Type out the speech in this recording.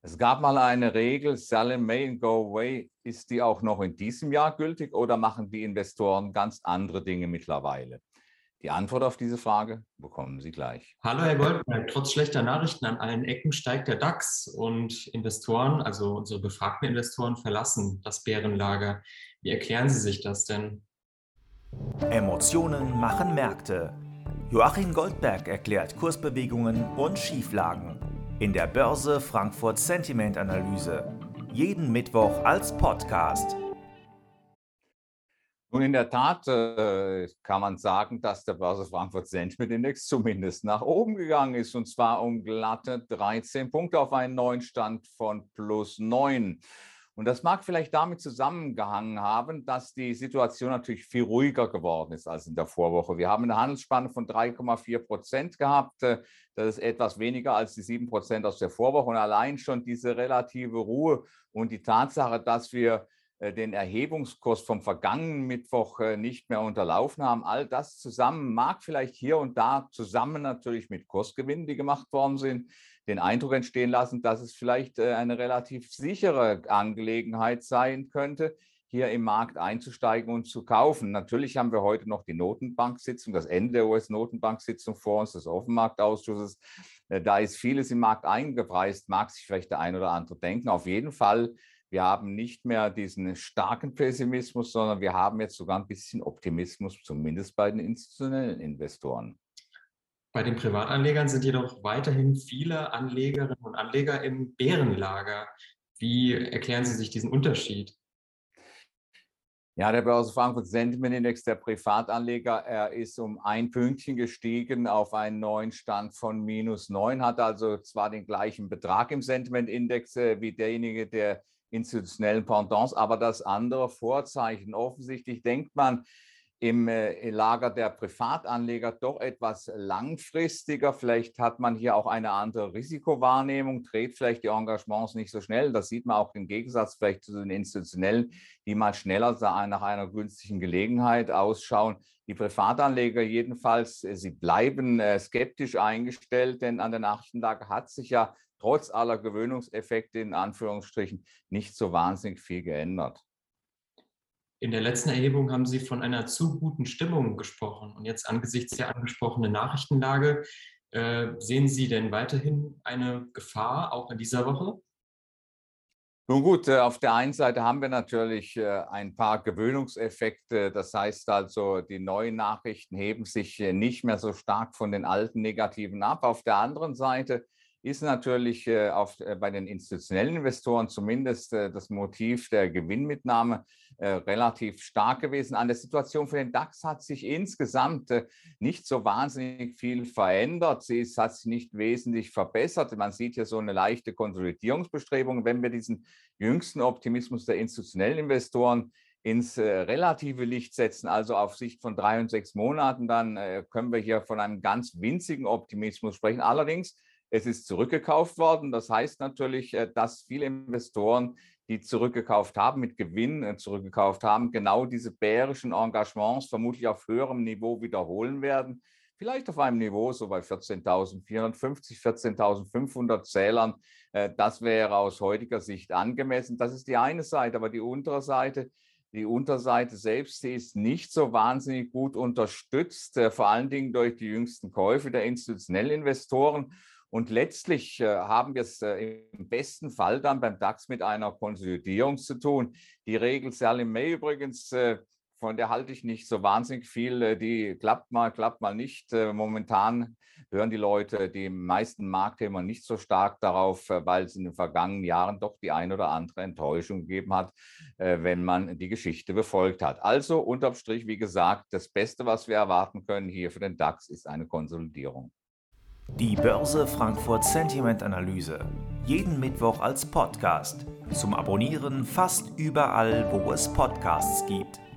Es gab mal eine Regel, sell in May and go away. Ist die auch noch in diesem Jahr gültig oder machen die Investoren ganz andere Dinge mittlerweile? Die Antwort auf diese Frage bekommen Sie gleich. Hallo Herr Goldberg, trotz schlechter Nachrichten an allen Ecken steigt der DAX und Investoren, also unsere befragten Investoren, verlassen das Bärenlager. Wie erklären Sie sich das denn? Emotionen machen Märkte. Joachim Goldberg erklärt Kursbewegungen und Schieflagen in der Börse Frankfurt Sentiment Analyse. Jeden Mittwoch als Podcast. Nun, in der Tat kann man sagen, dass der Börse Frankfurt Sentiment Index zumindest nach oben gegangen ist, und zwar um glatte 13 Punkte auf einen neuen Stand von +9. Und das mag vielleicht damit zusammengehangen haben, dass die Situation natürlich viel ruhiger geworden ist als in der Vorwoche. Wir haben eine Handelsspanne von 3,4% gehabt. Das ist etwas weniger als die 7% aus der Vorwoche. Und allein schon diese relative Ruhe und die Tatsache, dass wir den Erhebungskurs vom vergangenen Mittwoch nicht mehr unterlaufen haben. All das zusammen mag vielleicht hier und da zusammen natürlich mit Kursgewinnen, die gemacht worden sind, den Eindruck entstehen lassen, dass es vielleicht eine relativ sichere Angelegenheit sein könnte, hier im Markt einzusteigen und zu kaufen. Natürlich haben wir heute noch die Notenbanksitzung, das Ende der US-Notenbanksitzung vor uns, des Offenmarktausschusses. Da ist vieles im Markt eingepreist, mag sich vielleicht der ein oder andere denken. Auf jeden Fall, wir haben nicht mehr diesen starken Pessimismus, sondern wir haben jetzt sogar ein bisschen Optimismus, zumindest bei den institutionellen Investoren. Bei den Privatanlegern sind jedoch weiterhin viele Anlegerinnen und Anleger im Bärenlager. Wie erklären Sie sich diesen Unterschied? Ja, der Börse Frankfurt Sentiment Index der Privatanleger, er ist um ein Pünktchen gestiegen auf einen neuen Stand von -9, hat also zwar den gleichen Betrag im Sentiment Index wie derjenige der institutionellen Pendants, aber das andere Vorzeichen. Offensichtlich denkt man im Lager der Privatanleger doch etwas langfristiger. Vielleicht hat man hier auch eine andere Risikowahrnehmung, dreht vielleicht die Engagements nicht so schnell. Das sieht man auch im Gegensatz vielleicht zu den institutionellen, die mal schneller nach einer günstigen Gelegenheit ausschauen. Die Privatanleger jedenfalls, sie bleiben skeptisch eingestellt, denn an der Nachrichtenlage hat sich ja trotz aller Gewöhnungseffekte in Anführungsstrichen nicht so wahnsinnig viel geändert. In der letzten Erhebung haben Sie von einer zu guten Stimmung gesprochen. Und jetzt angesichts der angesprochenen Nachrichtenlage, sehen Sie denn weiterhin eine Gefahr, auch in dieser Woche? Nun gut, auf der einen Seite haben wir natürlich ein paar Gewöhnungseffekte. Das heißt also, die neuen Nachrichten heben sich nicht mehr so stark von den alten negativen ab. Auf der anderen Seite ist natürlich bei den institutionellen Investoren zumindest das Motiv der Gewinnmitnahme relativ stark gewesen. An der Situation für den DAX hat sich insgesamt nicht so wahnsinnig viel verändert. Es hat sich nicht wesentlich verbessert. Man sieht hier so eine leichte Konsolidierungsbestrebung. Wenn wir diesen jüngsten Optimismus der institutionellen Investoren ins relative Licht setzen, also auf Sicht von 3 und 6 Monaten, dann können wir hier von einem ganz winzigen Optimismus sprechen. Allerdings, es ist zurückgekauft worden. Das heißt natürlich, dass viele Investoren, die zurückgekauft haben, mit Gewinn zurückgekauft haben, genau diese bärischen Engagements vermutlich auf höherem Niveau wiederholen werden. Vielleicht auf einem Niveau so bei 14.450, 14.500 Zählern. Das wäre aus heutiger Sicht angemessen. Das ist die eine Seite, aber die Unterseite selbst, die ist nicht so wahnsinnig gut unterstützt, vor allen Dingen durch die jüngsten Käufe der institutionellen Investoren. Und letztlich haben wir es im besten Fall dann beim DAX mit einer Konsolidierung zu tun. Die Regel Sell in May übrigens, von der halte ich nicht so wahnsinnig viel. Die klappt mal nicht. Momentan hören die meisten Marktteilnehmer nicht so stark darauf, weil es in den vergangenen Jahren doch die ein oder andere Enttäuschung gegeben hat, wenn man die Geschichte befolgt hat. Also unterm Strich, wie gesagt, das Beste, was wir erwarten können hier für den DAX, ist eine Konsolidierung. Die Börse Frankfurt Sentiment Analyse. Jeden Mittwoch als Podcast. Zum Abonnieren fast überall, wo es Podcasts gibt.